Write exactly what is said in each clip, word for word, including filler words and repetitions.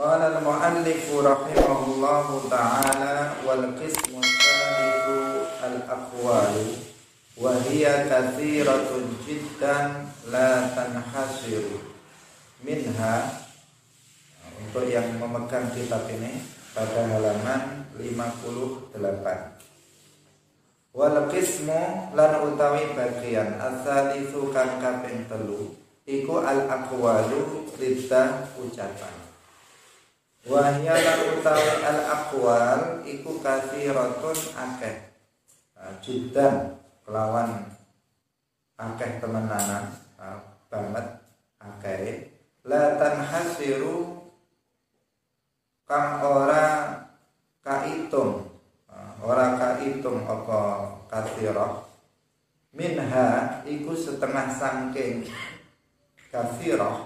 Qala al-mu'allif rahimahullahu ta'ala wal qismu tsalitsu al-aqwalu wa hiya katsiratun jiddan la tanhasiru minha. Untuk yang memegang kitab ini pada halaman lima puluh delapan. Wal qismu lan utawi bagian as-tsalitsu kang kaping telu iku al-aqwalu rida ucapan. Wahya lan utawi al-aqwal iku katsiratun akeh. Nah, jiddan kelawan akeh temenanan, nah, banget akeh. La tanhasiru kang ora kaitung, nah, ora kaitung apa katsirah. Minha iku setengah sangking katsirah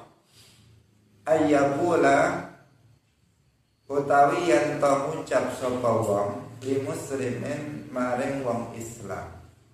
ayyakula utawi yen to ngucap sapa wong li muslimin maring wong Islam,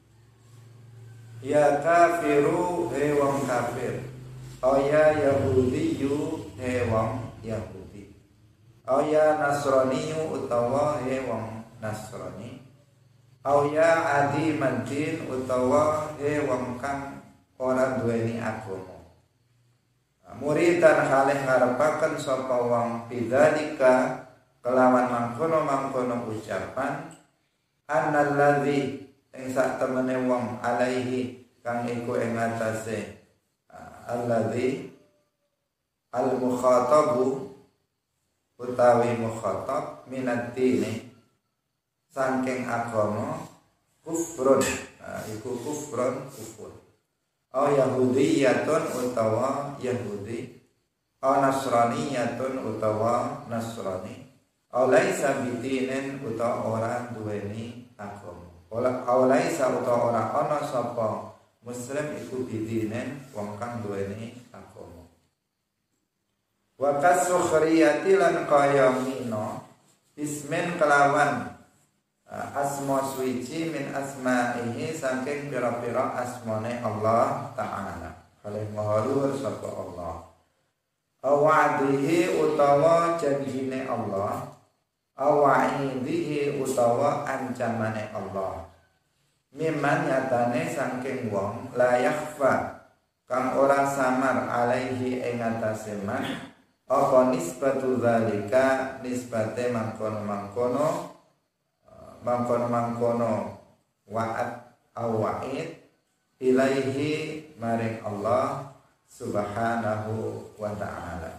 ya kafiru he wong kafir, o ya yahudiyu he wong yahudi, o ya nasraniyu utawa he wong nasrani, o ya adi madin utawa he wong kang ora duweni agama. Muridan halih ngarepaken sapa wong bidzalika kelawan mangkono-mangkono ucapan annalladzi ing sak temene wong alaihi kang iku ing atase alladzi al-mukhatabu utawi mukhatab minad dini saking agama kufrun, nah, iku kufrun kufur. Au yahudiyatun utawa yahudi, au nasraniyatun utawa nasrani, au laisa bidinin utawa ora duweni agama. Ola au laisa utawa ora ana sapa muslim iku bidinin wong kang duweni agama. Wa kasukhriyati lan kaya mina ismin kelawan asma suci min asma'ihi saking pira-pira asmane Allah Ta'ala. Kalih mahaluhur sapa Allah. Awa'dihi utawa janjine Allah, awa'idihi utawa ancamane Allah. Miman nyatane saking wong la yakhfa kang ora samar alaihi ing atase man apa nisbatu zalika nisbate mangkono-mangkono mangkono-mangkono wa'ad awa'id ilaihi maring Allah subhanahu wa ta'ala.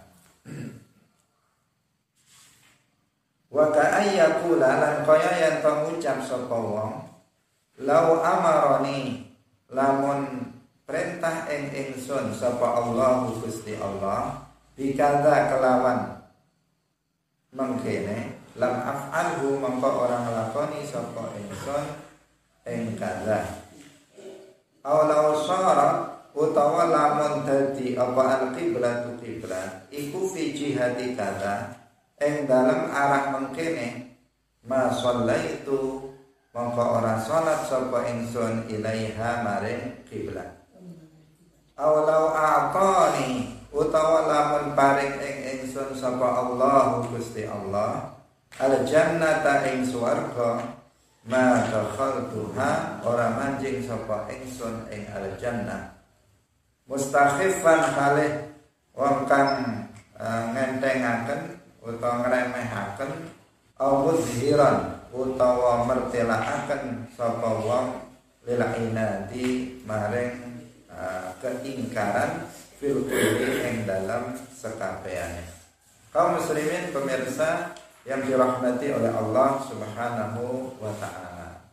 Wa ka'ayyakula lan kaya yang pengucap sapa wong lau amaroni lamun perintah ing ingsun sapa Allah Gusti Allah bikadza kelawan mengkene lam af'alhu mangko orang lakoni sapa ingsun ing kadza. Aw law syara utawa lamun dadi apa al-qiblatu qiblat iku fi jihati kadza ing dalem arah mengkene ma shallaitu mangko ora salat sapa ingsun ilaiha maring qiblat. Aw law a'tani utawa lamun paring ing ingsun sapa Allah Gusti Allah al-jannata ing swarga ma dakhaltuha ora manjing sapa ingsun ing al-jannah mustakhifan kalih wong kang uh, ngentengaken utawa ngremehaken au muzhiran utawa mertelakaken sapa wong lil inadi maring uh, keingkaran fil qulbi ing dalam sekabehane. Kaum muslimin pemirsa yang dirahmati oleh Allah Subhanahu wa ta'ala.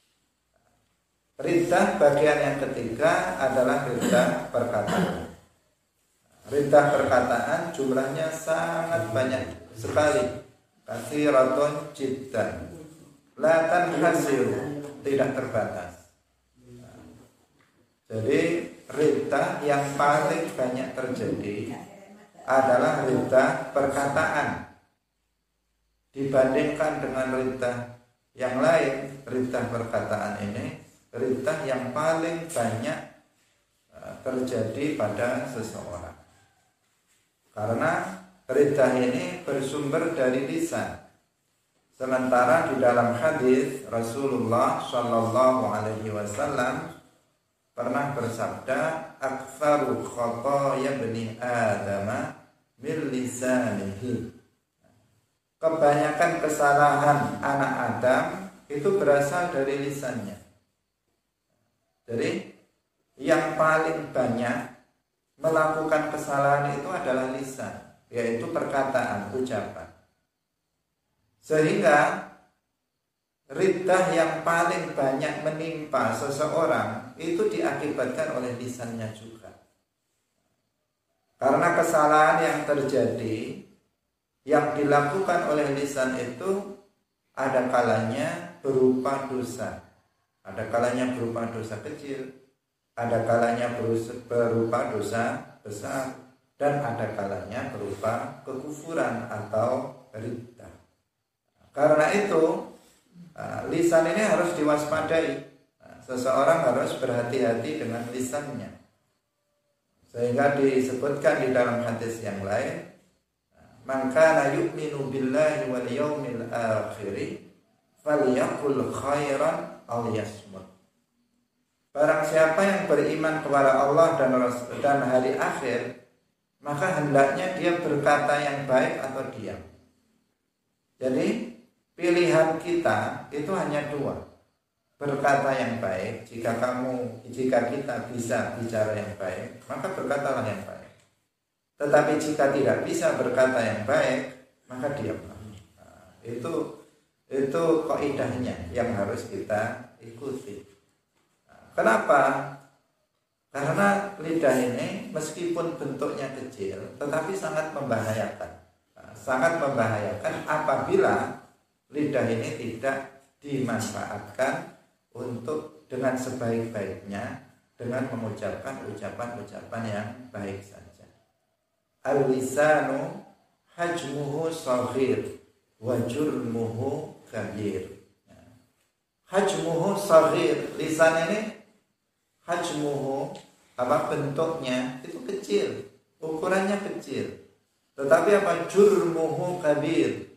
Riddah bagian yang ketiga adalah riddah perkataan. Riddah perkataan jumlahnya sangat banyak sekali. Katsiratun jiddan. La tanhasiru, tidak terbatas. Jadi riddah yang paling banyak terjadi adalah riddah perkataan. Dibandingkan dengan riddah yang lain, riddah perkataan ini riddah yang paling banyak terjadi pada seseorang. Karena riddah ini bersumber dari lisan. Sementara di dalam hadis Rasulullah Shallallahu Alaihi Wasallam pernah bersabda, "Aktsaru khotoya bani Adam min lisanihi." Kebanyakan kesalahan anak Adam itu berasal dari lisannya. Jadi yang paling banyak melakukan kesalahan itu adalah lisan, yaitu perkataan, ucapan. Sehingga riddah yang paling banyak menimpa seseorang itu diakibatkan oleh lisannya juga. Karena kesalahan yang terjadi, yang dilakukan oleh lisan itu ada kalanya berupa dosa. Ada kalanya berupa dosa kecil, ada kalanya berupa dosa besar, dan ada kalanya berupa kekufuran atau riddah. Karena itu lisan ini harus diwaspadai. Seseorang harus berhati-hati dengan lisannya. Sehingga disebutkan di dalam hadis yang lain, "Man kana yu'minu billahi wal yawmil akhir falyaqul khairan aw yasmut." Barang siapa yang beriman kepada Allah dan dan hari akhir, maka hendaknya dia berkata yang baik atau diam. Jadi pilihan kita itu hanya dua. Berkata yang baik, jika kamu jika kita bisa bicara yang baik, maka berkatalah yang baik. Tetapi jika tidak bisa berkata yang baik, maka diamlah. Nah, itu itu kaidahnya yang harus kita ikuti. Nah, kenapa? Karena lidah ini meskipun bentuknya kecil, tetapi sangat membahayakan. Nah, sangat membahayakan apabila lidah ini tidak dimanfaatkan untuk dengan sebaik-baiknya dengan mengucapkan ucapan-ucapan yang baik saja. Al-lisanu hajmuhu saghir wa jurmuhu kabir. Hajmuhu saghir, lisan ini hajmuhu, apa bentuknya itu kecil, ukurannya kecil. Tetapi apa jurmuhu kabir,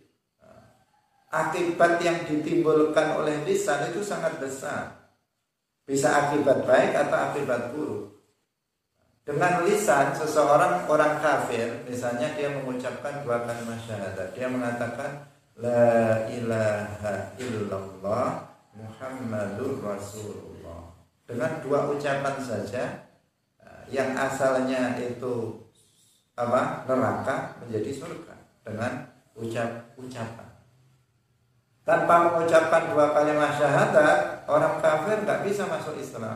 akibat yang ditimbulkan oleh lisan itu sangat besar. Bisa akibat baik atau akibat buruk. Dengan lisan seseorang, orang kafir, misalnya dia mengucapkan dua kalimat syahadat, dia mengatakan la ilaha illallah Muhammadur Rasulullah. Dengan dua ucapan saja, yang asalnya itu apa neraka menjadi surga dengan ucap ucapan. Tanpa mengucapkan dua kalimat syahadat, orang kafir nggak bisa masuk Islam.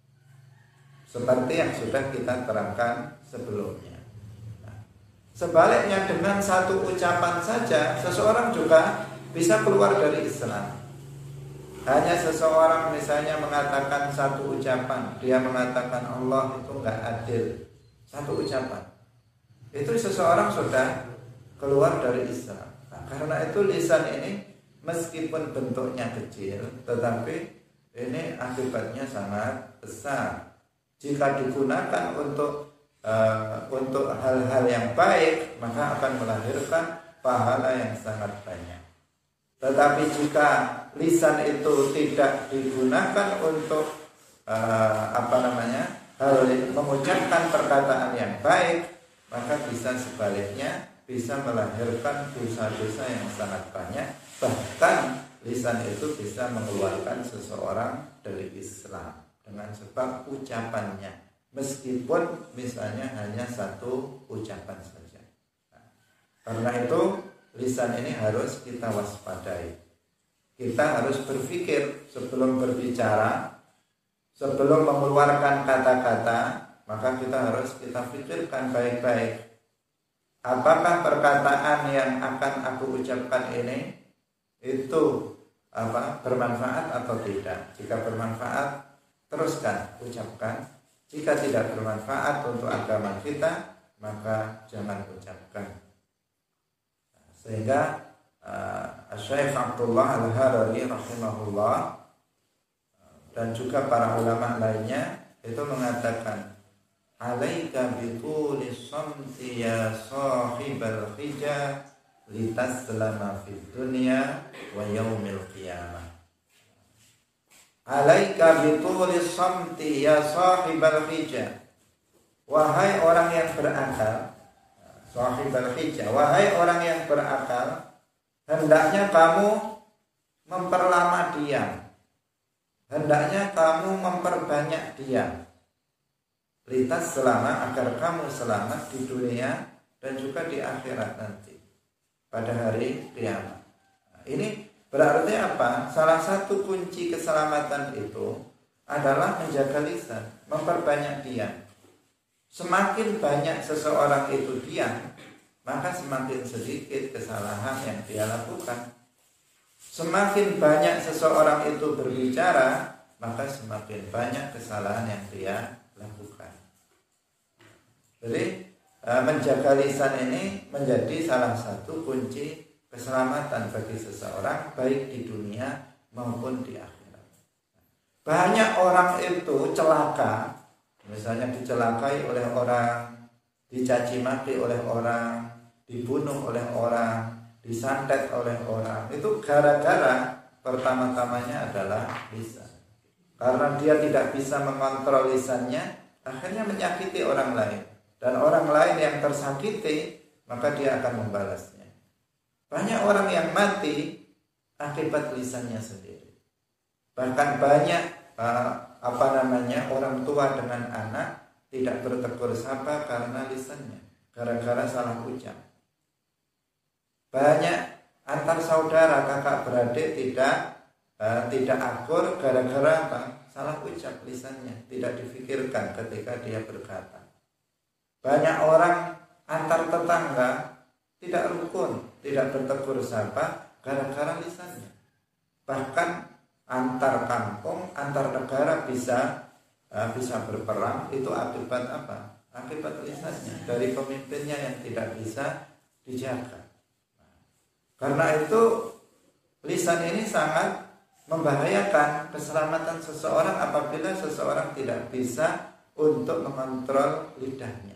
Seperti yang sudah kita terangkan sebelumnya. Nah, sebaliknya dengan satu ucapan saja, seseorang juga bisa keluar dari Islam. Hanya seseorang misalnya mengatakan satu ucapan, dia mengatakan Allah itu nggak adil, satu ucapan, itu seseorang sudah keluar dari Islam. Nah, karena itu lisan ini meskipun bentuknya kecil, tetapi ini akibatnya sangat besar. Jika digunakan untuk uh, untuk hal-hal yang baik, maka akan melahirkan pahala yang sangat banyak. Tetapi jika lisan itu tidak digunakan untuk uh, apa namanya hal mengucapkan perkataan yang baik, maka bisa sebaliknya, bisa melahirkan dosa-dosa yang sangat banyak. Bahkan lisan itu bisa mengeluarkan seseorang dari Islam dengan sebab ucapannya, meskipun misalnya hanya satu ucapan saja. Nah, karena itu lisan ini harus kita waspadai. Kita harus berpikir sebelum berbicara, sebelum mengeluarkan kata-kata, maka kita harus kita pikirkan baik-baik. Apakah perkataan yang akan aku ucapkan ini itu apa bermanfaat atau tidak? Jika bermanfaat, teruskan ucapkan. Jika tidak bermanfaat untuk agama kita, maka jangan ucapkan. Sehingga uh, Syekh Abdullah Al-Harari rahimahullah dan juga para ulama lainnya itu mengatakan alaika bituli samti ya sahibal hija litaslama fid dunya wa yaumil qiyamah. Alaika bituli samti ya sahibal hija, wahai orang yang berakal, sahibal hija, wahai orang yang berakal, hendaknya kamu memperlama diam, hendaknya kamu memperbanyak diam, litas selama agar kamu selamat di dunia dan juga di akhirat nanti pada hari kiamat. Nah, ini berarti apa? Salah satu kunci keselamatan itu adalah menjaga lisan, memperbanyak diam. Semakin banyak seseorang itu diam, maka semakin sedikit kesalahan yang dia lakukan. Semakin banyak seseorang itu berbicara, maka semakin banyak kesalahan yang dia lakukan. Jadi menjaga lisan ini menjadi salah satu kunci keselamatan bagi seseorang baik di dunia maupun di akhirat. Banyak orang itu celaka, misalnya dicelakai oleh orang, dicaci maki oleh orang, dibunuh oleh orang, disantet oleh orang. Itu gara-gara pertama-tamanya adalah lisan. Karena dia tidak bisa mengontrol lisannya, akhirnya menyakiti orang lain. Dan orang lain yang tersakiti, maka dia akan membalasnya. Banyak orang yang mati akibat lisannya sendiri. Bahkan banyak uh, apa namanya orang tua dengan anak tidak bertegur sapa karena lisannya, gara-gara salah ucap. Banyak antar saudara kakak beradik tidak uh, tidak akur gara-gara apa? Salah ucap lisannya, tidak difikirkan ketika dia berkata. Banyak orang antar tetangga tidak rukun, tidak bertegur sapa gara-gara lisannya. Bahkan antar kampung, antar negara bisa uh, bisa berperang itu akibat apa? Akibat lisannya dari pemimpinnya yang tidak bisa dijaga. Karena itu lisan ini sangat membahayakan keselamatan seseorang apabila seseorang tidak bisa untuk mengontrol lidahnya.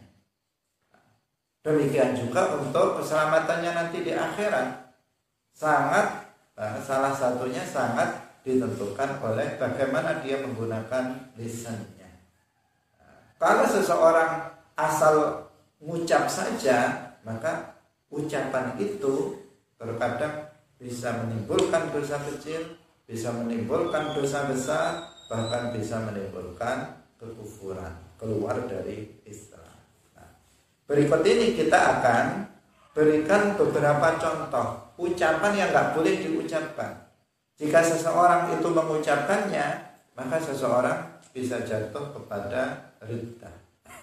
Demikian juga untuk keselamatannya nanti di akhirat. Sangat salah satunya sangat ditentukan oleh bagaimana dia menggunakan lisannya. Kalau seseorang asal mengucap saja, maka ucapan itu terkadang bisa menimbulkan dosa kecil, bisa menimbulkan dosa besar, bahkan bisa menimbulkan kekufuran, keluar dari Islam. Berikut ini kita akan berikan beberapa contoh ucapan yang nggak boleh diucapkan. Jika seseorang itu mengucapkannya, maka seseorang bisa jatuh kepada riddah.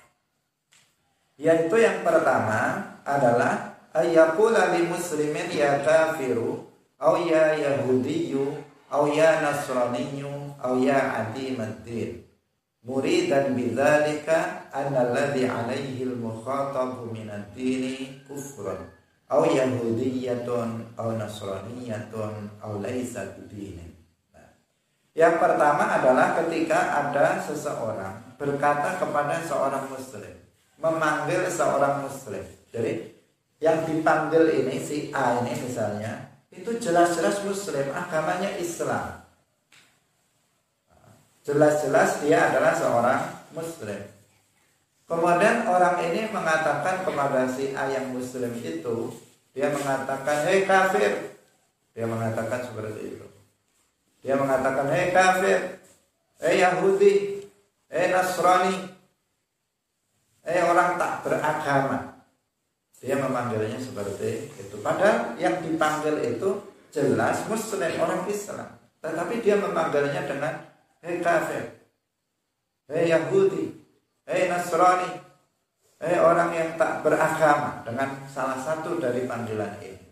Yaitu yang pertama adalah ayyaqula li muslimin ya kafiru au ya yahudiyyu au ya nasraniyyu au ya adimaddin. Muridan bidzalika annalladzi 'alaihi al-mukhatabu min ad-dini kufrun aw yahudiyyatun aw nasraniyyatun aw laisa bidinin. Nah, yang pertama adalah ketika ada seseorang berkata kepada seorang muslim, memanggil seorang muslim. Jadi yang dipanggil ini si A ini misalnya, itu jelas-jelas muslim, agamanya Islam. Jelas-jelas dia adalah seorang muslim. Kemudian orang ini mengatakan kepada si A yang muslim itu, dia mengatakan, hei kafir. Dia mengatakan seperti itu. Dia mengatakan, hei kafir, hei Yahudi, hei Nasrani, hei orang tak beragama. Dia memanggilnya seperti itu. Padahal yang dipanggil itu jelas muslim, orang Islam. Tetapi dia memanggilnya dengan hei kafir, hei Yahudi, hei Nasrani, hei orang yang tak beragama, dengan salah satu dari panggilan ini.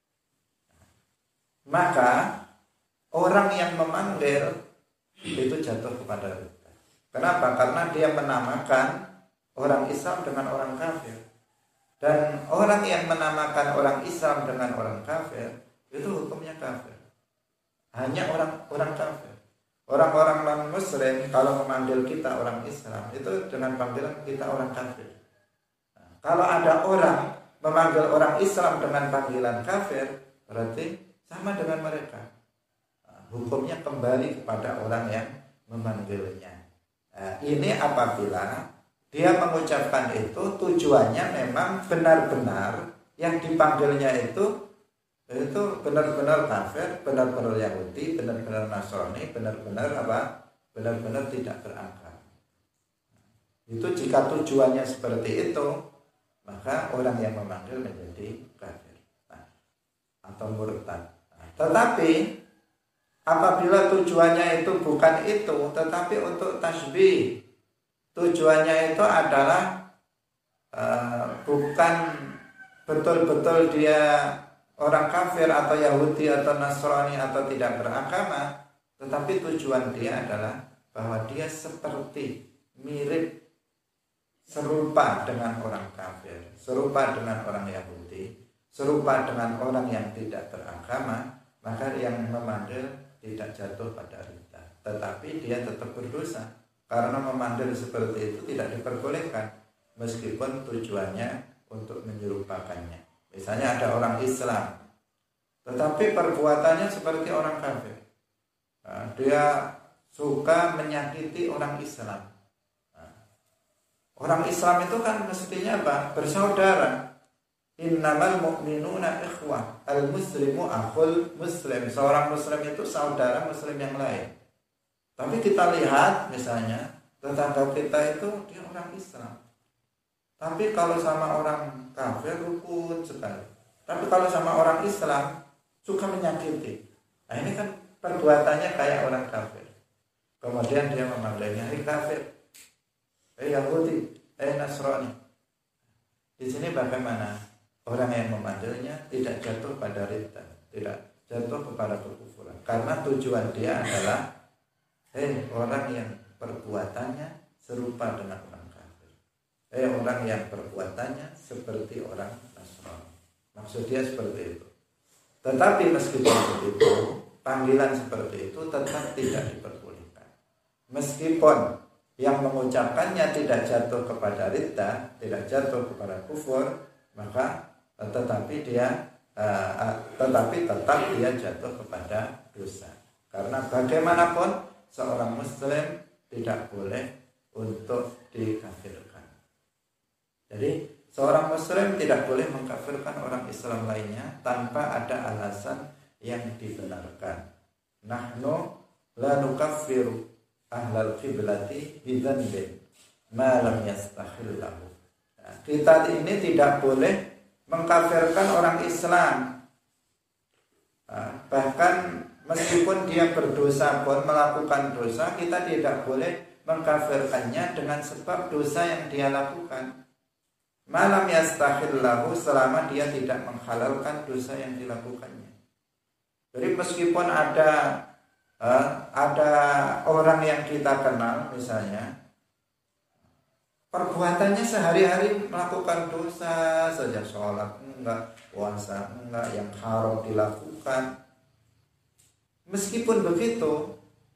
Maka orang yang memanggil itu jatuh kepada riddah. Kenapa? Karena dia menamakan orang Islam dengan orang kafir. Dan orang yang menamakan orang Islam dengan orang kafir itu hukumnya kafir. Hanya orang orang kafir. Orang-orang non-Muslim kalau memanggil kita orang Islam itu dengan panggilan kita orang kafir. Nah, kalau ada orang memanggil orang Islam dengan panggilan kafir, berarti sama dengan mereka. Nah, hukumnya kembali kepada orang yang memanggilnya. Nah, ini apabila dia mengucapkan itu tujuannya memang benar-benar yang dipanggilnya itu itu benar-benar kafir, benar-benar Yahudi, benar-benar Nasrani, benar-benar apa? Benar-benar tidak berakal. Itu jika tujuannya seperti itu, maka orang yang memanggil menjadi kafir, nah, atau murtad. Nah, tetapi apabila tujuannya itu bukan itu, tetapi untuk tasbih, tujuannya itu adalah uh, bukan betul-betul dia orang kafir atau Yahudi atau Nasrani atau tidak beragama, tetapi tujuan dia adalah bahwa dia seperti mirip serupa dengan orang kafir, serupa dengan orang Yahudi, serupa dengan orang yang tidak beragama, maka yang memanggil tidak jatuh pada ridha, tetapi dia tetap berdosa karena memanggil seperti itu tidak diperbolehkan meskipun tujuannya untuk menyerupakannya. Misalnya ada orang Islam, tetapi perbuatannya seperti orang kafir. Nah, dia suka menyakiti orang Islam. Nah, orang Islam itu kan mestinya apa? Bersaudara. Innamal mu'minuna ikhwah, al-muslimu akhul muslim. Seorang muslim itu saudara muslim yang lain. Tapi kita lihat misalnya tetangga kita itu dia orang Islam, tapi kalau sama orang kafir rukun sekali. Tapi kalau sama orang Islam suka menyakiti. Nah ini kan perbuatannya kayak orang kafir. Kemudian dia memanggilnya, hei kafir, hei Yahudi, hei Nasrani. Di sini bagaimana? Orang yang memanggilnya tidak jatuh pada ridha, tidak jatuh kepada kekufuran. Karena tujuan dia adalah, hei orang yang perbuatannya serupa dengan orang kafir. Eh orang yang perbuatannya seperti orang Nasrani. Maksud dia seperti itu. Tetapi meskipun begitu, panggilan seperti itu tetap tidak diperbolehkan. Meskipun yang mengucapkannya tidak jatuh kepada ridha, tidak jatuh kepada kufur, maka tetapi dia uh, tetapi tetap dia jatuh kepada dosa. Karena bagaimanapun seorang muslim tidak boleh untuk dikafirkan. Jadi seorang muslim tidak boleh mengkafirkan orang Islam lainnya tanpa ada alasan yang dibenarkan. Nahnu la nukaffiru ahlal qiblati bidzanbin ma lam yastakhillahu. Nah, kita ini tidak boleh mengkafirkan orang Islam. Nah, bahkan meskipun dia berdosa pun, melakukan dosa, kita tidak boleh mengkafirkannya dengan sebab dosa yang dia lakukan. Malam yastakhillahu, selama dia tidak menghalalkan dosa yang dilakukannya. Jadi meskipun ada uh, ada orang yang kita kenal misalnya, perbuatannya sehari-hari melakukan dosa saja, sholat enggak, puasa enggak, yang haram dilakukan. Meskipun begitu,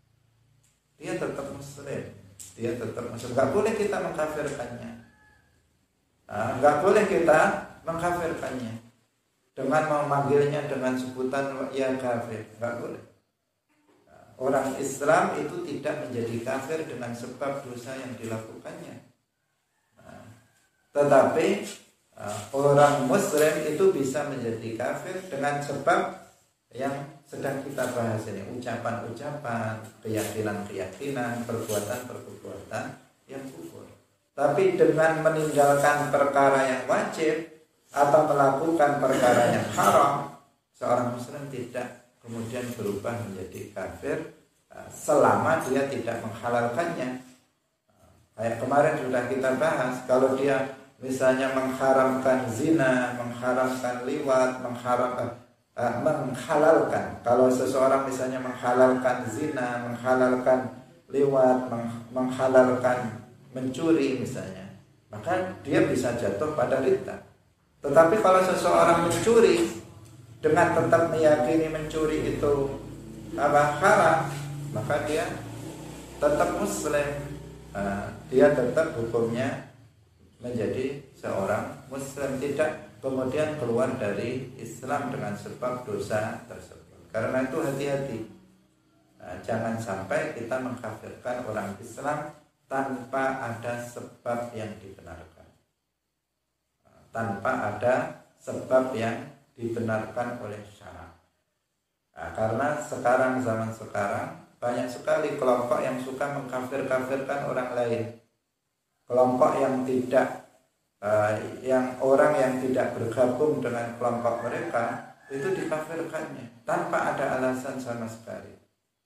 dia tetap muslim, dia tetap muslim. Enggak boleh kita mengkafirkannya. Nah, enggak boleh kita mengkafirkannya dengan memanggilnya dengan sebutan ya kafir, enggak boleh. Nah, orang Islam itu tidak menjadi kafir dengan sebab dosa yang dilakukannya. Nah, tetapi uh, orang Muslim itu bisa menjadi kafir dengan sebab yang sedang kita bahas ini, ucapan-ucapan, keyakinan-keyakinan, perbuatan-perbuatan yang kufur. Tapi dengan meninggalkan perkara yang wajib atau melakukan perkara yang haram, seorang muslim tidak kemudian berubah menjadi kafir selama dia tidak menghalalkannya. Kayak kemarin sudah kita bahas, kalau dia misalnya mengharamkan zina, mengharamkan liwat, mengharamkan uh, menghalalkan. Kalau seseorang misalnya menghalalkan zina, menghalalkan liwat, meng- menghalalkan mencuri misalnya, maka dia bisa jatuh pada ridha. Tetapi kalau seseorang mencuri dengan tetap meyakini mencuri itu apa haram, maka dia tetap muslim, uh, dia tetap hukumnya menjadi seorang muslim, tidak kemudian keluar dari Islam dengan sebab dosa tersebut. Karena itu hati-hati, uh, jangan sampai kita mengkafirkan orang Islam tanpa ada sebab yang dibenarkan, uh, tanpa ada sebab yang dibenarkan oleh syara. Nah, karena sekarang, zaman sekarang, banyak sekali kelompok yang suka mengkafir-kafirkan orang lain. Kelompok yang tidak uh, yang orang yang tidak bergabung dengan kelompok mereka itu dikafirkannya tanpa ada alasan sama sekali.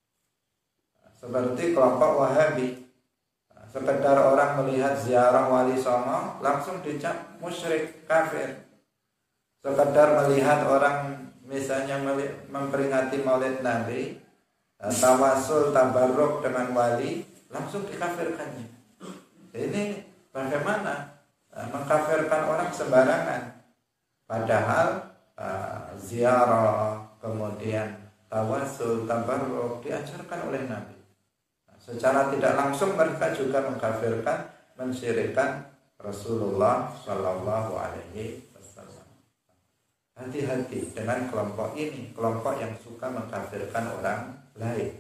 Seperti kelompok Wahabi, sekedar orang melihat ziarah Wali Songo langsung dicap musyrik, kafir. Sekedar melihat orang misalnya memperingati Maulid Nabi, tawasul, tabarruk dengan wali, langsung dikafirkannya. Ini bagaimana mengkafirkan orang sembarangan, padahal uh, ziarah, kemudian tawasul, tabarruk diajarkan oleh Nabi. Nah, secara tidak langsung mereka juga mengkafirkan, mensyirikkan Rasulullah Shallallahu Alaihi Wasallam. Hati-hati dengan kelompok ini, kelompok yang suka mengkafirkan orang lain.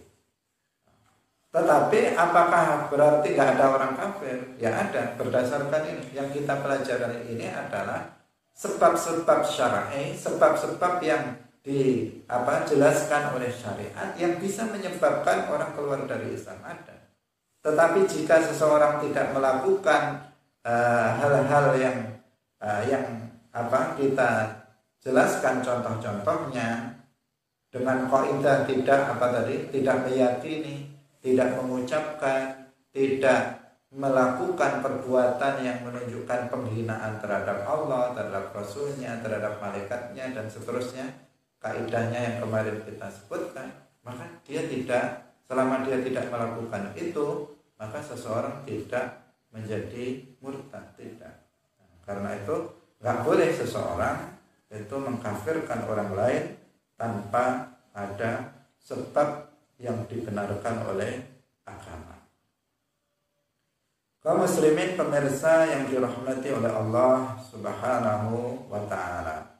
Tetapi apakah berarti tidak ada orang kafir? Ya ada. Berdasarkan ini, yang kita pelajari ini adalah sebab-sebab syar'i, sebab-sebab yang di apa jelaskan oleh syariat yang bisa menyebabkan orang keluar dari Islam, ada. Tetapi jika seseorang tidak melakukan uh, hal-hal yang uh, yang apa kita jelaskan contoh-contohnya dengan kaidah tidak apa tadi, tidak meyakini, tidak mengucapkan, tidak melakukan perbuatan yang menunjukkan penghinaan terhadap Allah, terhadap Rasulnya, terhadap malaikatnya dan seterusnya, kaidahnya yang kemarin kita sebutkan, maka dia tidak, selama dia tidak melakukan itu, maka seseorang tidak menjadi murtad, tidak. Nah, karena itu nggak boleh seseorang itu mengkafirkan orang lain tanpa ada sebab yang dibenarkan oleh agama. Kaum muslimin pemirsa yang dirahmati oleh Allah Subhanahu wa taala.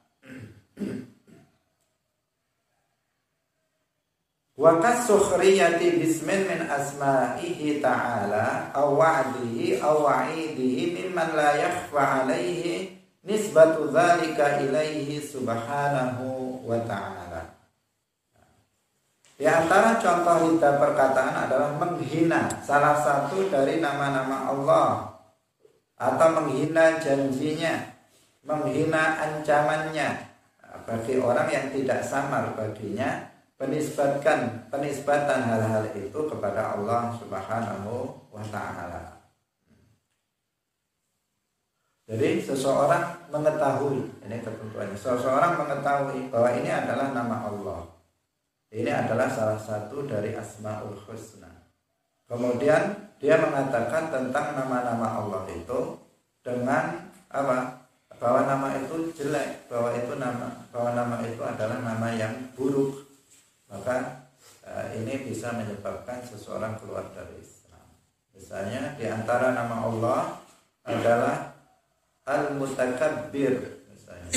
Wa kasukhriyati bismin min asma'ihi ta'ala aw wa'dihi aw wa'idihi mimman la yakhfa 'alaihi nisbatu dzalika ilaihi subhanahu wa ta'ala. Di antara contoh lidah perkataan adalah menghina salah satu dari nama-nama Allah, atau menghina janjinya, menghina ancamannya bagi orang yang tidak samar baginya, penisbatkan penisbatan hal-hal itu kepada Allah Subhanahu wa ta'ala. Jadi seseorang mengetahui, ini ketentuannya, seseorang mengetahui bahwa ini adalah nama Allah, ini adalah salah satu dari Asmaul Husna. Kemudian dia mengatakan tentang nama-nama Allah itu dengan apa? Bahwa nama itu jelek, bahwa itu nama, bahwa nama itu adalah nama yang buruk. Maka eh, ini bisa menyebabkan seseorang keluar dari Islam. Misalnya di antara nama Allah adalah Al-Mutakabbir, misalnya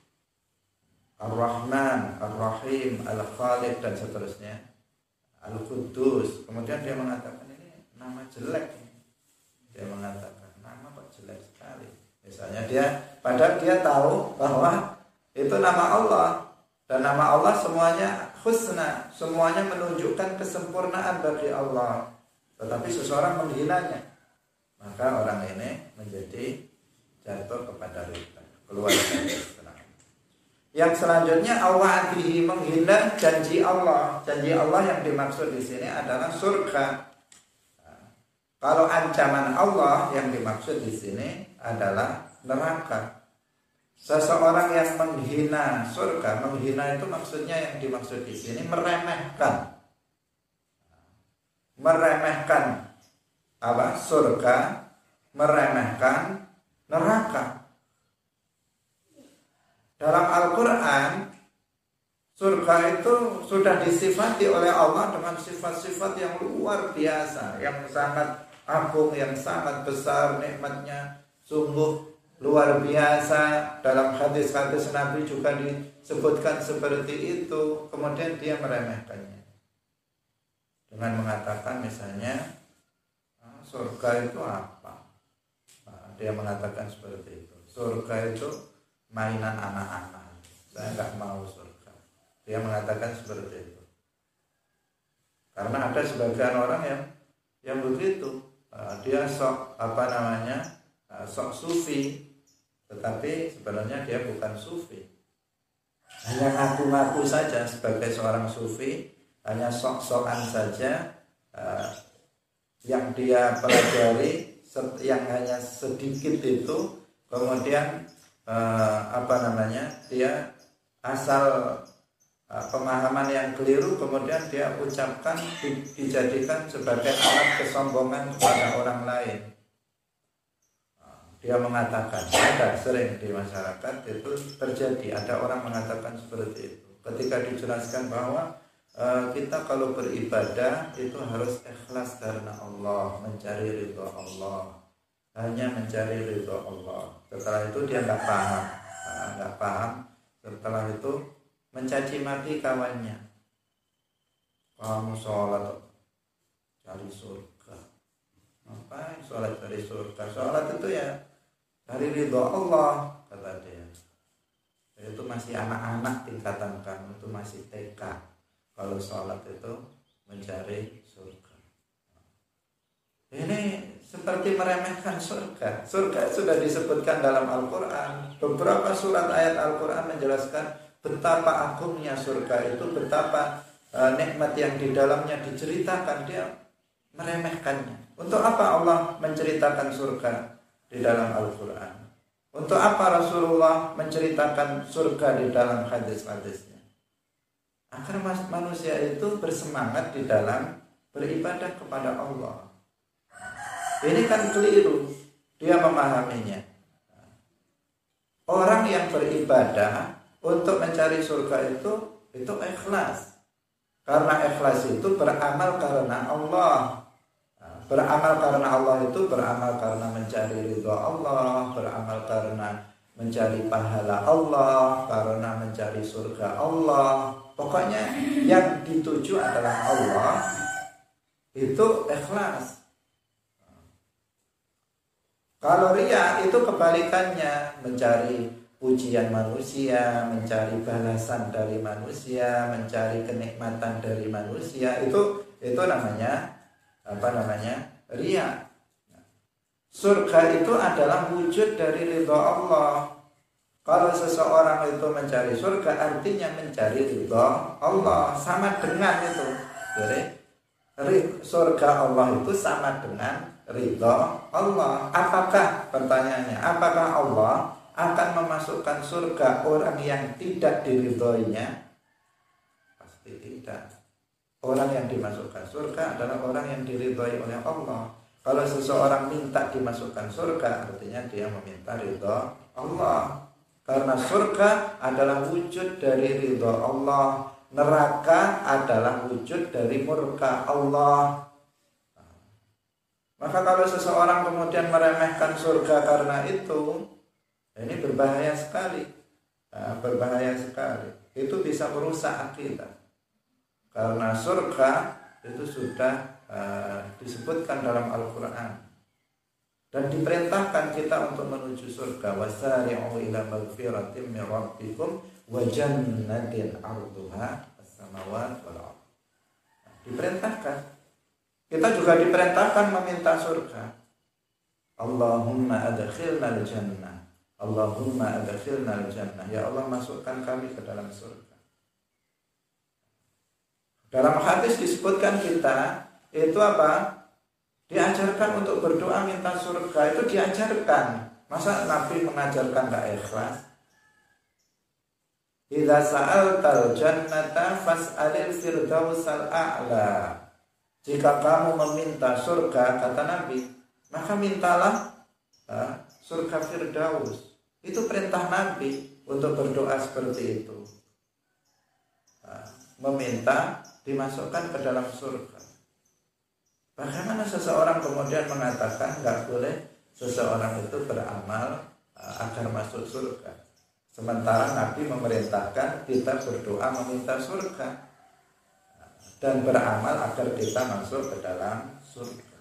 Ar-Rahman, Ar-Rahim, Al-Khaliq dan seterusnya, Al-Quddus. Kemudian dia mengatakan ini nama jelek. Dia mengatakan nama kok jelek sekali. Misalnya dia, padahal dia tahu bahwa itu nama Allah, dan nama Allah semuanya husna, semuanya menunjukkan kesempurnaan bagi Allah. Tetapi seseorang menghinanya, maka orang ini menjadi jatuh kepada riba, keluar dari Islam. Yang selanjutnya awadihi, menghina janji Allah. Janji Allah yang dimaksud di sini adalah surga. Nah, kalau ancaman Allah yang dimaksud di sini adalah neraka. Seseorang yang menghina surga, menghina itu maksudnya yang dimaksud di sini meremehkan, meremehkan apa? Surga, meremehkan neraka. Dalam Al-Quran surga itu sudah disifati oleh Allah dengan sifat-sifat yang luar biasa, yang sangat agung, yang sangat besar nikmatnya, sungguh luar biasa. Dalam hadis-hadis Nabi juga disebutkan seperti itu. Kemudian dia meremehkannya dengan mengatakan misalnya, surga itu apa? Nah, dia mengatakan seperti itu. Surga itu mainan anak-anak. Saya nggak mau surga. Dia mengatakan seperti itu. Karena ada sebagian orang yang yang begitu. Uh, dia sok apa namanya uh, sok sufi, tetapi sebenarnya dia bukan sufi, hanya ngaku-ngaku saja sebagai seorang sufi, hanya sok-sokan saja. Uh, yang dia pelajari yang hanya sedikit itu, kemudian uh, apa namanya dia asal uh, pemahaman yang keliru, kemudian dia ucapkan, di, dijadikan sebagai alat kesombongan kepada orang lain. Dia mengatakan, ada sering di masyarakat itu terjadi, ada orang mengatakan seperti itu. Ketika dijelaskan bahwa e, kita kalau beribadah itu harus ikhlas karena Allah, mencari ridho Allah, hanya mencari ridho Allah. Setelah itu dia nggak paham, nggak paham. Setelah itu mencaci maki kawannya. Kamu sholat cari surga. Ngapain sholat cari surga? Sholat itu ya cari ridho Allah, kata dia. Itu masih anak-anak tingkatan kamu, itu masih T K. Kalau sholat itu mencari surga. Ini seperti meremehkan surga. Surga sudah disebutkan dalam Al-Quran. Beberapa surat ayat Al-Quran menjelaskan betapa agungnya surga itu, betapa uh, nikmat yang di dalamnya diceritakan. Dia meremehkannya. Untuk apa Allah menceritakan surga di dalam Al-Quran? Untuk apa Rasulullah menceritakan surga di dalam hadis-hadisnya? Agar manusia itu bersemangat di dalam beribadah kepada Allah. Ini kan keliru dia memahaminya. Orang yang beribadah untuk mencari surga itu itu ikhlas. Karena ikhlas itu beramal karena Allah. Beramal karena Allah itu beramal karena mencari ridha Allah, beramal karena mencari pahala Allah, karena mencari surga Allah. Pokoknya yang dituju adalah Allah, itu ikhlas. Kalau riya itu kebalikannya, mencari pujian manusia, mencari balasan dari manusia, mencari kenikmatan dari manusia, itu itu namanya apa namanya? Riya. Surga itu adalah wujud dari ridha Allah. Kalau seseorang itu mencari surga, artinya mencari ridha Allah, sama dengan itu. Jadi surga Allah itu sama dengan ridha Allah. Apakah, pertanyaannya, apakah Allah akan memasukkan surga orang yang tidak diridhoinya? Pasti tidak. Orang yang dimasukkan surga adalah orang yang diridhoi oleh Allah. Kalau seseorang minta dimasukkan surga, artinya dia meminta ridha Allah. Karena surga adalah wujud dari ridha Allah, neraka adalah wujud dari murka Allah. Maka kalau seseorang kemudian meremehkan surga karena itu, ini berbahaya sekali. Nah, berbahaya sekali. Itu bisa merusak akidah. Karena surga itu sudah uh, disebutkan dalam Al-Quran dan diperintahkan kita untuk menuju surga. Wasari'u ila magfiratin min rabbikum wa jannatin 'arduha as-samawati wal ardh. Diperintahkan. Kita juga diperintahkan meminta surga. Allahumma adkhilnal jannah. Allahumma adkhilnal jannah. Ya Allah, masukkan kami ke dalam surga. Dalam hadis disebutkan kita itu apa? Diajarkan untuk berdoa minta surga, itu diajarkan. Masa Nabi mengajarkan enggak ikhlas? Idza sa'altal jannata fas'alil firdausal a'la. Jika kamu meminta surga, kata Nabi, maka mintalah ha, surga Firdaus. Itu perintah Nabi untuk berdoa seperti itu. meminta dimasukkan ke dalam surga. Bagaimana seseorang kemudian mengatakan nggak boleh seseorang itu beramal uh, agar masuk surga, sementara Nabi memerintahkan kita berdoa meminta surga dan beramal agar kita masuk ke dalam surga.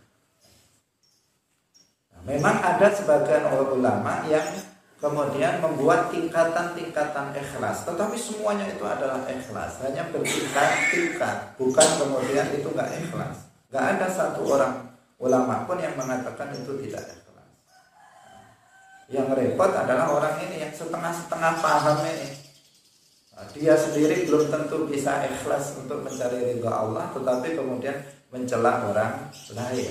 Nah, memang ada sebagian ulama yang kemudian membuat tingkatan-tingkatan ikhlas, tetapi semuanya itu adalah ikhlas, hanya bertingkat-tingkat, bukan kemudian itu nggak ikhlas. Nggak ada satu orang ulama pun yang mengatakan itu tidak ikhlas. Yang repot adalah orang ini yang setengah-setengah paham ini. Nah, dia sendiri belum tentu bisa ikhlas untuk mencari ridha Allah, tetapi kemudian mencela orang lain,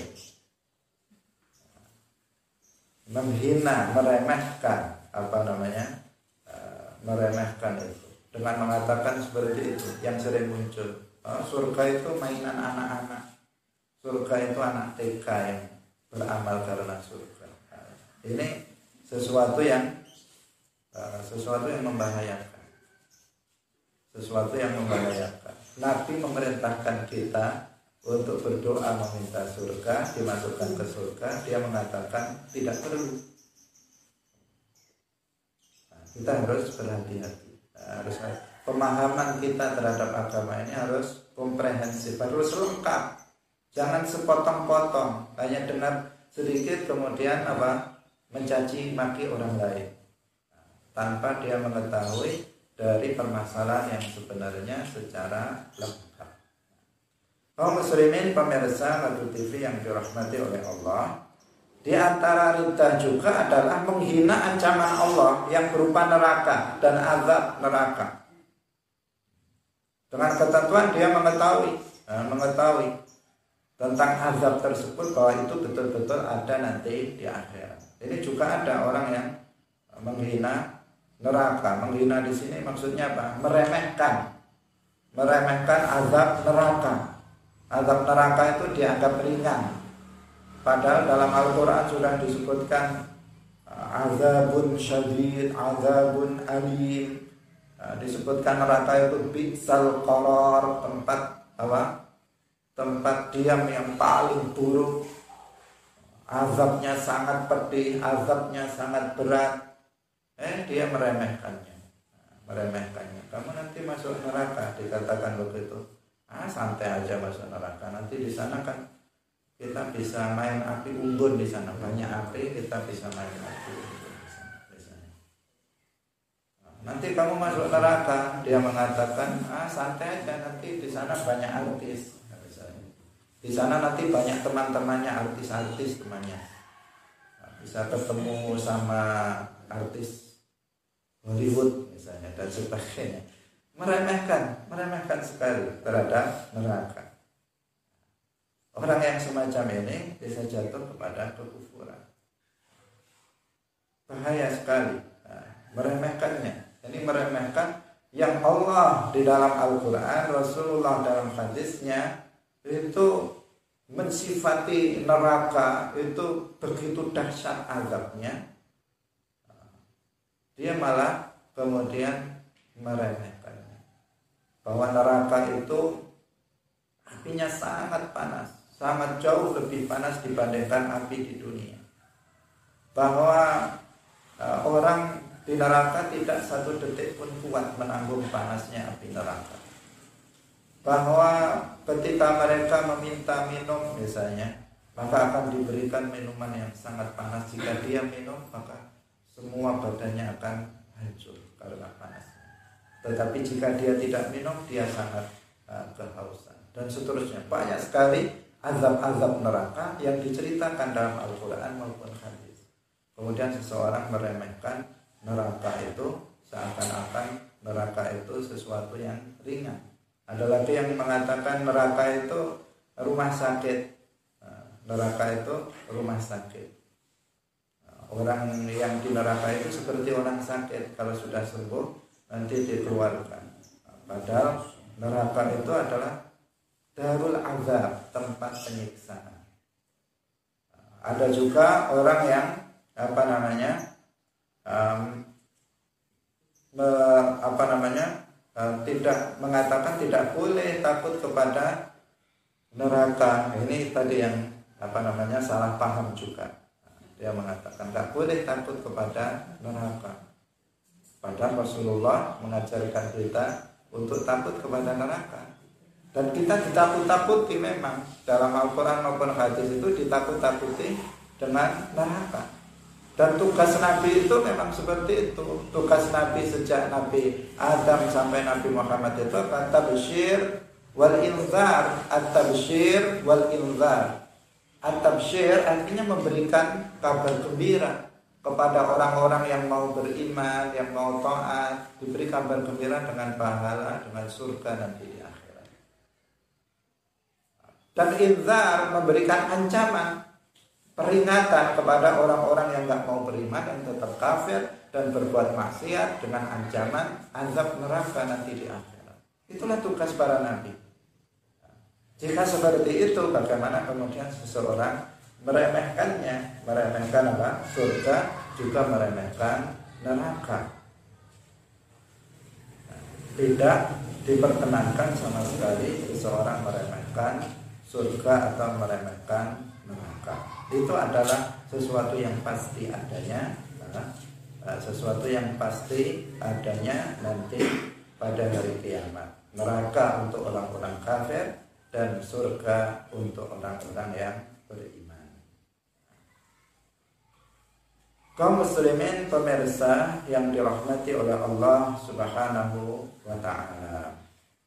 menghina, meremehkan, apa namanya, uh, meremehkan itu dengan mengatakan seperti itu yang sering muncul. Oh, surga itu mainan anak-anak. Surga itu anak T K yang beramal karena surga. Nah, ini sesuatu yang uh, sesuatu yang membahayakan. Sesuatu yang membahayakan. Nabi memerintahkan kita untuk berdoa meminta surga, dimasukkan ke surga. Dia mengatakan tidak perlu. Nah, kita harus berhati-hati. Nah, harus pemahaman kita terhadap agama ini harus komprehensif, harus lengkap. Jangan sepotong-potong, hanya dengar sedikit kemudian apa mencaci maki orang lain, nah, tanpa dia mengetahui dari permasalahan yang sebenarnya secara lengkap. Kaum muslimin pemirsa Madu T V yang dirahmati oleh Allah, di antara ridha juga adalah menghina ancaman Allah yang berupa neraka dan azab neraka. Dengan ketentuan dia mengetahui, nah, mengetahui tentang azab tersebut, bahwa itu betul-betul ada nanti di akhirat. Ini juga ada orang yang menghina neraka. Menghina di sini maksudnya apa? Meremehkan, meremehkan azab neraka. Azab neraka itu dianggap ringan, padahal dalam Al-Quran sudah disebutkan azabun syadid, azabun alim. Disebutkan neraka itu bi'sal qarar, tempat apa? Tempat diam yang paling buruk, azabnya sangat pedih, azabnya sangat berat. Eh dia meremehkannya, meremehkannya. Kamu nanti masuk neraka, dikatakan begitu. Ah santai aja masuk neraka. Nanti di sana kan kita bisa main api unggun, di sana banyak api, kita bisa main api unggun di sana. Nanti kamu masuk neraka, dia mengatakan ah santai aja, nanti di sana banyak artis. Di sana nanti banyak teman-temannya, artis-artis temannya. Bisa ketemu sama artis Hollywood misalnya dan sebagainya. Meremehkan, meremehkan sekali terhadap neraka. Orang yang semacam ini bisa jatuh kepada kekufuran. Bahaya sekali. Nah, meremehkannya. Ini meremehkan yang Allah di dalam Al-Quran, Rasulullah dalam hadisnya itu mensifati neraka itu begitu dahsyat azabnya, dia malah kemudian meremehkannya, bahwa neraka itu apinya sangat panas, sangat jauh lebih panas dibandingkan api di dunia, bahwa uh, orang di neraka tidak satu detik pun kuat menanggung panasnya api neraka, bahwa ketika mereka meminta minum misalnya, maka akan diberikan minuman yang sangat panas. Jika dia minum, maka semua badannya akan hancur karena panasnya. Tetapi jika dia tidak minum, dia sangat uh, kehausan. Dan seterusnya. Banyak sekali azab-azab neraka yang diceritakan dalam Al-Quran maupun hadis. Kemudian seseorang meremehkan neraka itu seakan-akan neraka itu sesuatu yang ringan. Ada lagi yang mengatakan neraka itu rumah sakit. Neraka itu rumah sakit. Orang yang di neraka itu seperti orang sakit, kalau sudah sembuh nanti dikeluarkan. Padahal neraka itu adalah darul azab, tempat penyiksaan. Ada juga orang yang apa namanya um, me, apa namanya uh, tidak mengatakan tidak boleh takut kepada neraka. Ini tadi yang apa namanya salah paham juga. Dia mengatakan tidak boleh takut kepada neraka. Padahal Rasulullah mengajarkan kita untuk takut kepada neraka. Dan kita ditakut-takuti memang dalam Al-Quran maupun hadis itu ditakut-takuti dengan neraka. Dan tugas Nabi itu memang seperti itu. Tugas Nabi sejak Nabi Adam sampai Nabi Muhammad itu at-tabsyir wal inzar, at-tabsyir wal inzar. At-tabsyir artinya memberikan kabar gembira kepada orang-orang yang mau beriman, yang mau taat, diberi kabar gembira dengan pahala, dengan surga nanti di akhirat. Dan inzar memberikan ancaman, peringatan kepada orang-orang yang nggak mau beriman dan tetap kafir dan berbuat maksiat dengan ancaman azab neraka nanti di akhirat. Itulah tugas para nabi. Jika seperti itu, bagaimana kemudian seseorang meremehkannya, meremehkan apa? Surga, juga meremehkan neraka. Tidak diperkenankan sama sekali seseorang meremehkan surga atau meremehkan neraka. Itu adalah sesuatu yang pasti adanya, sesuatu yang pasti adanya nanti pada hari kiamat. Neraka untuk orang-orang kafir dan surga untuk orang-orang yang beriman. Kaum muslimin pemirsa yang dirahmati oleh Allah Subhanahu wa ta'ala.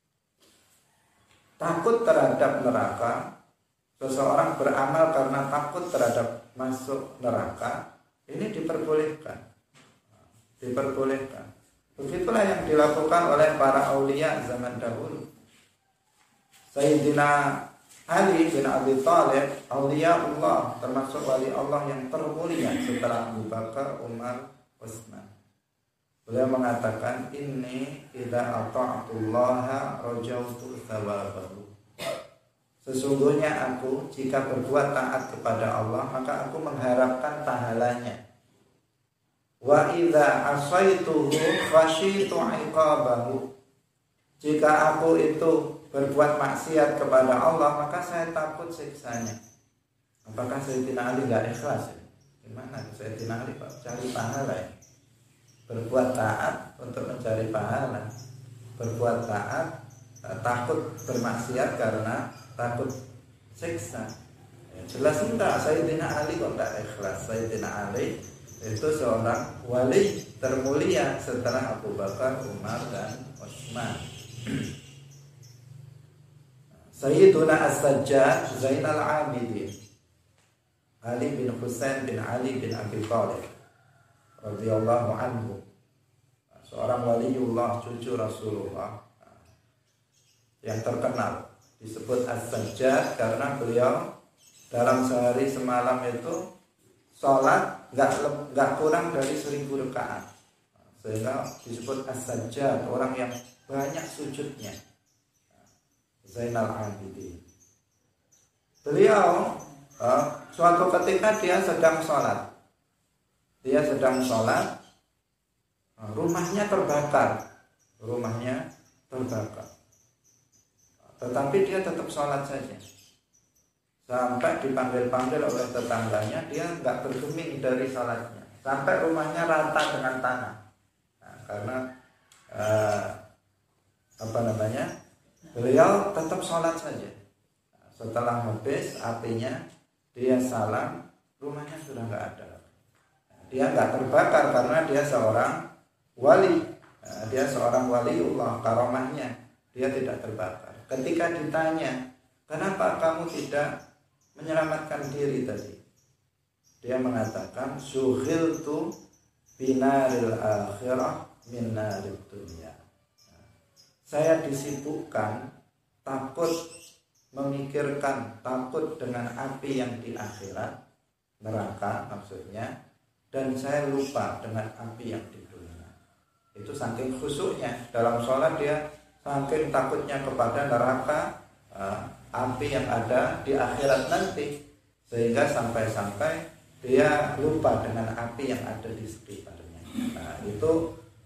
Takut terhadap neraka, seseorang beramal karena takut terhadap masuk neraka, ini diperbolehkan. Diperbolehkan. Begitulah yang dilakukan oleh para aulia zaman dahulu. Sayyidina Ali bin Abi Thalib, aulia Allah, termasuk wali Allah yang termulia setelah Abu Bakar, Umar, Utsman. Beliau mengatakan, inni idza ata'tullaha rajautu thawabahu. Sesungguhnya aku jika berbuat taat kepada Allah, maka aku mengharapkan pahalanya. Wa idza asaituhu khasyitu 'iqabahu. Jika aku itu berbuat maksiat kepada Allah, maka saya takut siksanya. Apakah Sayyidina Ali enggak ikhlas? Gimana Sayyidina Ali Pak cari pahala ya? Berbuat taat untuk mencari pahala, berbuat taat takut bermaksiat karena takut siksa. Ya, jelas enggak, Sayyidina Ali kok enggak ikhlas. Sayyidina Ali itu seorang wali termulia setelah Abu Bakar, Umar dan Utsman. Sayyiduna As-Sajjad Zainal Abidin Ali bin Husain bin Ali bin Abi Thalib radhiyallahu anhu, seorang waliullah, cucu Rasulullah yang terkenal, disebut As-Sajjad karena beliau dalam sehari semalam itu sholat nggak nggak kurang dari seribu rakaat, sehingga disebut As-Sajjad, orang yang banyak sujudnya. Zainal Abidin. Beliau uh, suatu ketika dia sedang sholat, dia sedang sholat, uh, rumahnya terbakar, rumahnya terbakar. Tetapi dia tetap sholat saja. Sampai dipanggil-panggil oleh tetangganya, dia nggak bergeming dari sholatnya. Sampai rumahnya rata dengan tanah. Nah, karena uh, apa namanya? Beliau tetap sholat saja. Nah, setelah habis apinya, dia salam, rumahnya sudah nggak ada. Nah, dia nggak terbakar karena dia seorang wali. Nah, dia seorang waliullah, karomahnya dia tidak terbakar. Ketika ditanya, kenapa kamu tidak menyelamatkan diri tadi? Dia mengatakan, syughiltu binaril akhirah min narid dunya. Saya disibukkan takut memikirkan, takut dengan api yang di akhirat, neraka maksudnya, dan saya lupa dengan api yang di dunia. Itu saking khusyuknya dalam sholat, dia saking takutnya kepada neraka, uh, api yang ada di akhirat nanti, sehingga sampai-sampai dia lupa dengan api yang ada di sekitarnya. Nah, itu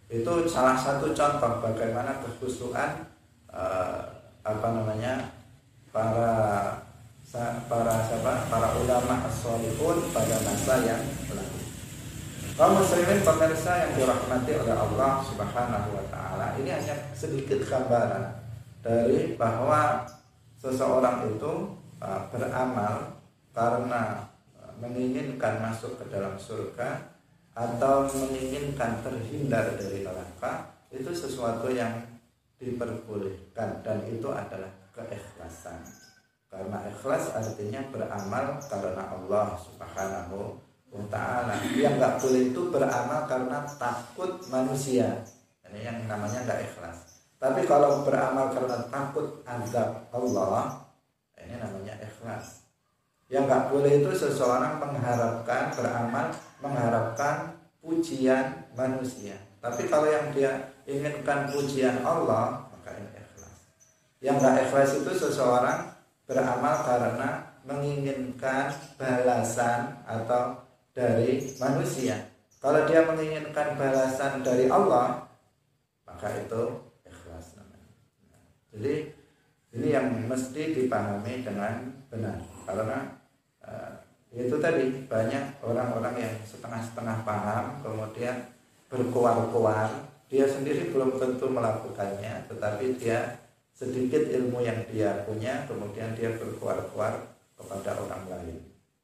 Itu salah satu contoh bagaimana kekhusyuan eh, apa namanya para para siapa para ulama as-shalihun pada masa yang lalu. Kaum muslimin pemirsa yang dirahmati oleh Allah Subhanahu wa taala, ini hanya sedikit gambaran dari bahwa seseorang itu uh, beramal karena uh, menginginkan masuk ke dalam surga atau menginginkan terhindar dari neraka, itu sesuatu yang diperbolehkan dan itu adalah keikhlasan. Karena ikhlas artinya beramal karena Allah Subhanahu wa ta'ala. Yang gak boleh itu beramal karena takut manusia, ini yang namanya gak ikhlas. Tapi kalau beramal karena takut azab Allah, ini namanya ikhlas. Yang gak boleh itu seseorang mengharapkan beramal mengharapkan pujian manusia. Tapi kalau yang dia inginkan pujian Allah, maka ini ikhlas. Yang gak ikhlas itu seseorang beramal karena menginginkan balasan atau dari manusia. Kalau dia menginginkan balasan dari Allah, maka itu ikhlas namanya. Jadi ini yang mesti dipahami dengan benar. Karena uh, itu tadi banyak orang-orang yang setengah-setengah paham, kemudian berkuar-kuar. Dia sendiri belum tentu melakukannya, tetapi dia sedikit ilmu yang dia punya, kemudian dia berkuar-kuar kepada orang lain.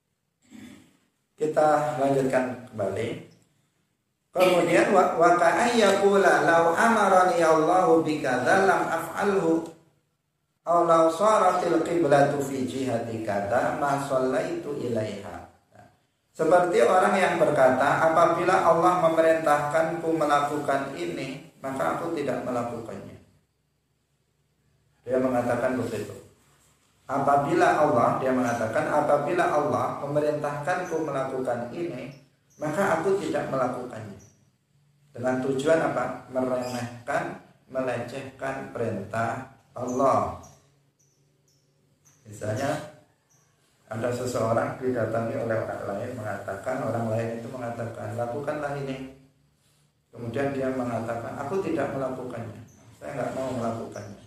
Kita lanjutkan kembali. Kemudian wa ka'an yaqula law amarani Allahu bikadza lam af'alhu aw law saratil qiblatu fi jihati kadza ma shallaitu ilaiha. Seperti orang yang berkata, apabila Allah memerintahkanku melakukan ini, maka aku tidak melakukannya. Dia mengatakan begitu. Apabila Allah, dia mengatakan apabila Allah memerintahkanku melakukan ini, maka aku tidak melakukannya. Dengan tujuan apa? Meremehkan, melecehkan perintah Allah. Misalnya ada seseorang didatangi oleh orang lain mengatakan, orang lain itu mengatakan lakukanlah ini. Kemudian dia mengatakan aku tidak melakukannya. Saya nggak mau melakukannya.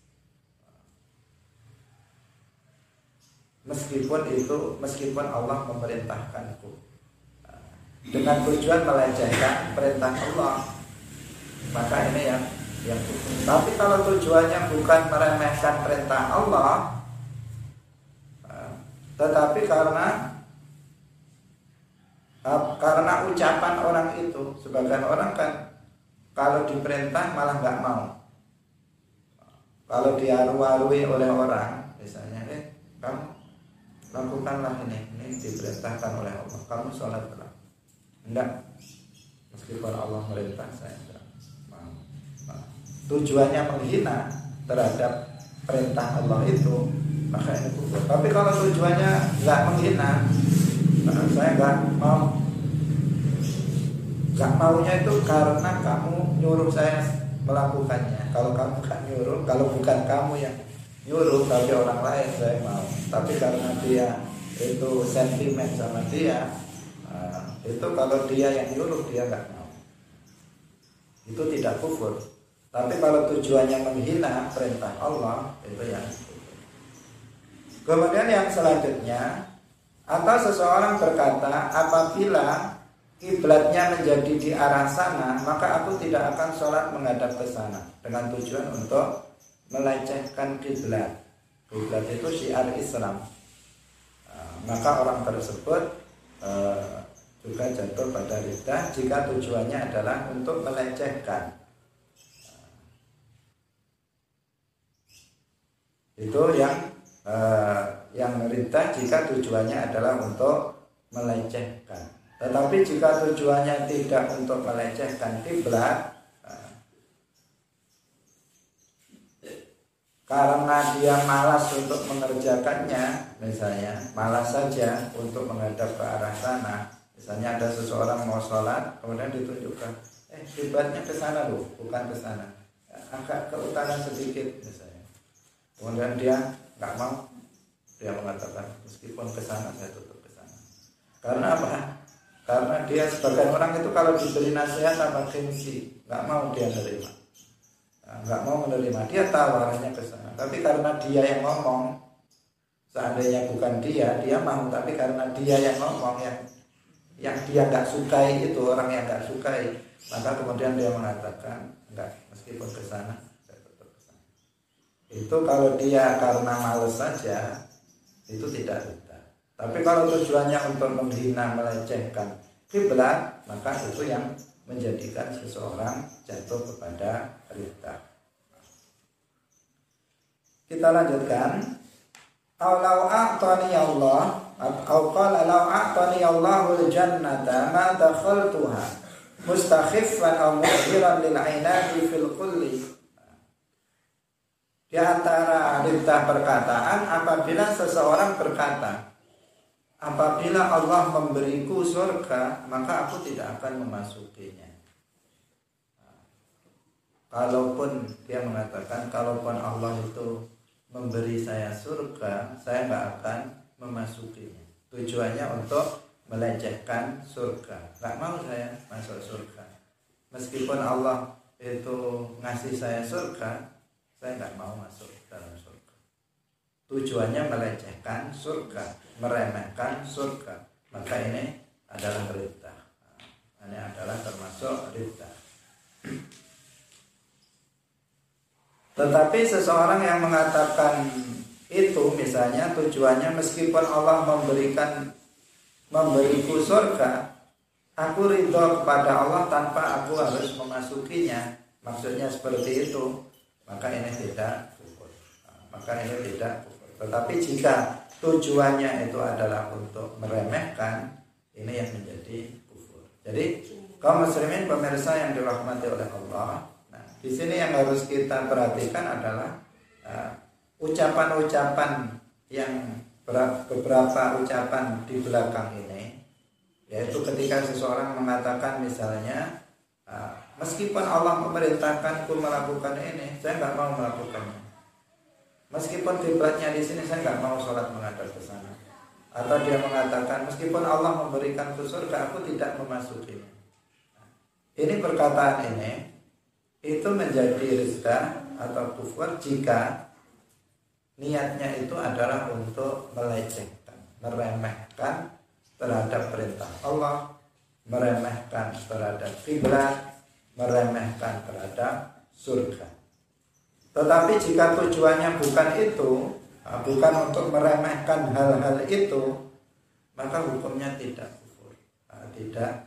Meskipun itu, meskipun Allah memerintahkanku, dengan tujuan melecehkan perintah Allah, maka ini yang yang hukum. Tapi kalau tujuannya bukan meremehkan perintah Allah, tetapi karena karena ucapan orang itu, sebagian orang kan kalau diperintah malah nggak mau. Kalau diaru-arui oleh orang, misalnya, eh kamu lakukanlah ini, ini diperintahkan oleh Allah, kamu sholatlah. Enggak, meskipun Allah merintah saya enggak mau. Nah, tujuannya menghina terhadap perintah Allah itu, maka ini kufur. Tapi kalau tujuannya enggak menghina, nah, saya enggak mau. Enggak maunya itu karena kamu nyuruh saya melakukannya. Kalau kamu enggak nyuruh, kalau bukan kamu yang nyuruh tapi orang lain, saya mau. Tapi karena dia itu sentimen sama dia, nah, itu kalau dia yang nyuruh dia nggak mau, itu tidak kufur. Tapi kalau tujuannya menghina perintah Allah, itu yang kufur. Kemudian yang selanjutnya, atau seseorang berkata, apabila kiblatnya menjadi di arah sana, maka aku tidak akan sholat menghadap ke sana, dengan tujuan untuk melecehkan kiblat. Kiblat itu syiar Islam. Nah, maka orang tersebut eh, juga jatuh pada riddah jika tujuannya adalah untuk melecehkan. Itu yang eh, yang riddah jika tujuannya adalah untuk melecehkan. Tetapi jika tujuannya tidak untuk melecehkan kiblat, karena dia malas untuk mengerjakannya, misalnya malas saja untuk menghadap ke arah sana. Misalnya ada seseorang mau sholat, kemudian ditunjukkan, eh kiblatnya ke sana loh, bukan ke sana, agak ke utara sedikit misalnya. Kemudian dia nggak mau, dia mengatakan meskipun ke sana saya tutup ke sana. Karena apa? Karena dia sebagian orang itu kalau diberi nasihat sama gengsi, nggak mau dia menerima, nggak mau menerima. Dia tahu arahnya ke sana, tapi karena dia yang ngomong, seandainya bukan dia, dia mau, tapi karena dia yang ngomong, yang yang dia nggak sukai itu, orang yang nggak sukai, maka kemudian dia mengatakan enggak, meskipun ke sana saya tetap ke sana. Itu kalau dia karena males saja, itu tidak ridha. Tapi kalau tujuannya untuk menghina, melecehkan kiblat, maka itu yang menjadikan seseorang jatuh kepada ridha. Kita lanjutkan. Aulau a'tani Allah, atau qala law a'tani Allahul jannata ma dakhaltuha mustakhiffan aw mu'jiran lil 'inadi fil kulli. Di antara ridha perkataan apabila seseorang berkata, apabila Allah memberiku surga, maka aku tidak akan memasukinya. Kalaupun dia mengatakan, kalaupun Allah itu memberi saya surga, saya nggak akan memasukinya. Tujuannya untuk melecehkan surga. Nggak mau saya masuk surga. Meskipun Allah itu ngasih saya surga, saya nggak mau masuk dalam surga. Tujuannya melecehkan surga, meremehkan surga. Maka ini adalah ridha. Ini adalah termasuk ridha. Tetapi seseorang yang mengatakan itu, misalnya tujuannya meskipun Allah memberikan memberiku surga, aku ridho kepada Allah tanpa aku harus memasukinya, maksudnya seperti itu, maka ini tidak kufur. Maka ini tidak kufur. Tetapi jika tujuannya itu adalah untuk meremehkan, ini yang menjadi kufur. Jadi kaum muslimin pemirsa yang dirahmati oleh Allah, di sini yang harus kita perhatikan adalah uh, ucapan-ucapan yang beberapa ucapan di belakang ini, yaitu ketika seseorang mengatakan misalnya, uh, meskipun Allah memerintahkanku melakukan ini, saya nggak mau melakukannya. Meskipun kiblatnya di sini, saya nggak mau sholat menghadap ke sana. Atau dia mengatakan, meskipun Allah memberikanku surga, aku tidak memasukinya. Ini perkataan ini itu menjadi ridha atau kufur jika niatnya itu adalah untuk melecehkan, meremehkan terhadap perintah Allah, meremehkan terhadap kiblat, meremehkan terhadap surga. Tetapi jika tujuannya bukan itu, bukan untuk meremehkan hal-hal itu, maka hukumnya tidak kufur, tidak.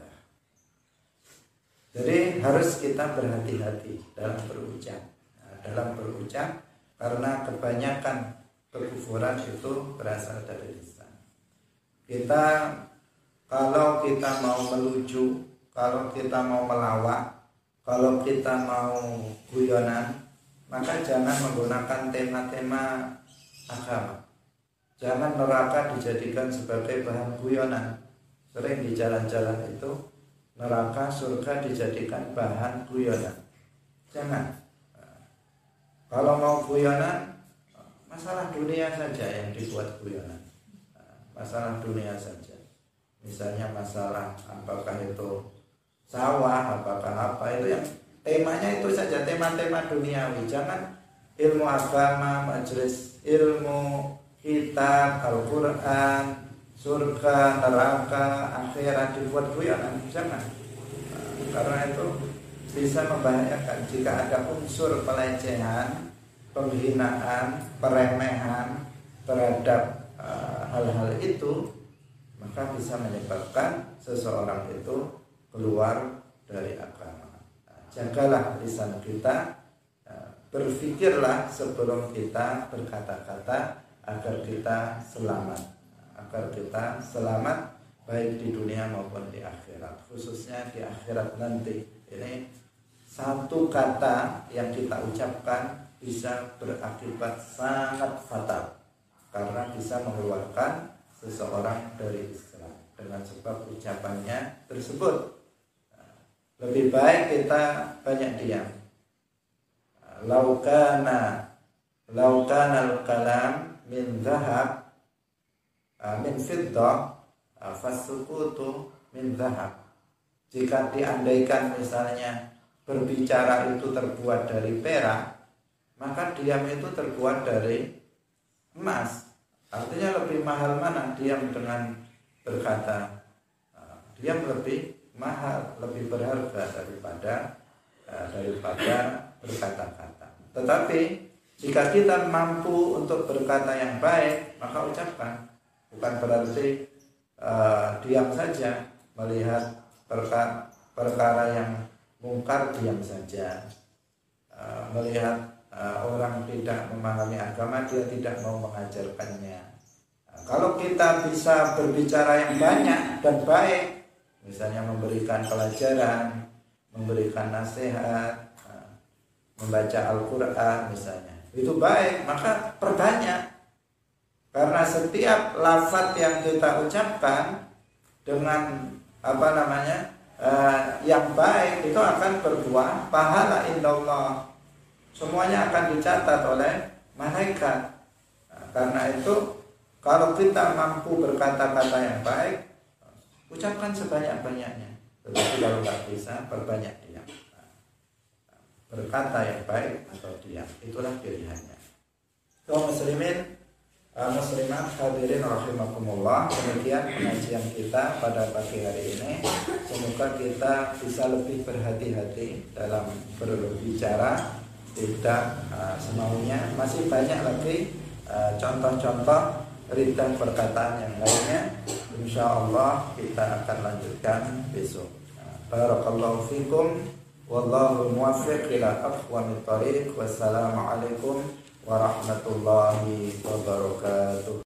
Jadi harus kita berhati-hati dalam berucap, nah, dalam berucap karena kebanyakan kekufuran itu berasal dari lisan. Kita kalau kita mau melucu, kalau kita mau melawak, kalau kita mau guyonan, maka jangan menggunakan tema-tema agama. Jangan neraka dijadikan sebagai bahan guyonan. Sering di jalan-jalan itu neraka, surga dijadikan bahan guyonan. Jangan. Kalau mau guyonan, masalah dunia saja yang dibuat guyonan. Masalah dunia saja. Misalnya masalah apakah itu sawah, apakah apa, itu yang temanya itu saja, tema-tema duniawi. Jangan ilmu agama, majelis ilmu, kitab, Al-Quran, surga, neraka, akhirat dibuat guyonan, jangan. Nah, karena itu bisa membahayakan jika ada unsur pelecehan, penghinaan, peremehan terhadap uh, hal-hal itu, maka bisa menyebabkan seseorang itu keluar dari agama. Nah, jagalah lisan kita, uh, berpikirlah sebelum kita berkata-kata agar kita selamat. Agar kita selamat baik di dunia maupun di akhirat, khususnya di akhirat nanti. Ini satu kata yang kita ucapkan bisa berakibat sangat fatal karena bisa mengeluarkan seseorang dari Islam dengan sebab ucapannya tersebut. Lebih baik kita banyak diam. Laukana laukana al-kalam min zahab min fiddah fasukutu min zahab. Jika diandaikan misalnya berbicara itu terbuat dari perak, maka diam itu terbuat dari emas. Artinya lebih mahal mana diam dengan berkata? Diam lebih mahal, lebih berharga daripada daripada berkata-kata. Tetapi jika kita mampu untuk berkata yang baik, maka ucapkan. Bukan berarti uh, diam saja, melihat perkara, perkara yang mungkar diam saja, uh, melihat uh, orang tidak memahami agama, dia tidak mau mengajarkannya. Uh, kalau kita bisa berbicara yang banyak dan baik, misalnya memberikan pelajaran, memberikan nasihat, uh, membaca Al-Quran misalnya, itu baik, maka perbanyak. Karena setiap lafaz yang kita ucapkan dengan apa namanya uh, yang baik itu akan berbuah pahala indallah. Semuanya akan dicatat oleh malaikat. Nah, karena itu kalau kita mampu berkata-kata yang baik, ucapkan sebanyak-banyaknya. Tetapi kalau nggak bisa, perbanyak diam. Nah, berkata yang baik atau diam, itulah pilihannya. Kaum muslimin, Uh, muslimat hadirin rahimakumullah, demikian pengajian kita pada pagi hari ini. Semoga kita bisa lebih berhati-hati dalam berbicara, tidak uh, semaunya. Masih banyak lagi uh, contoh-contoh ridha perkataan yang lainnya. Insya Allah kita akan lanjutkan besok. uh, Barakallahu fikum, wallahu muwaffiq ila aqwamit thoriq. Wassalamualaikum warahmatullahi wabarakatuh.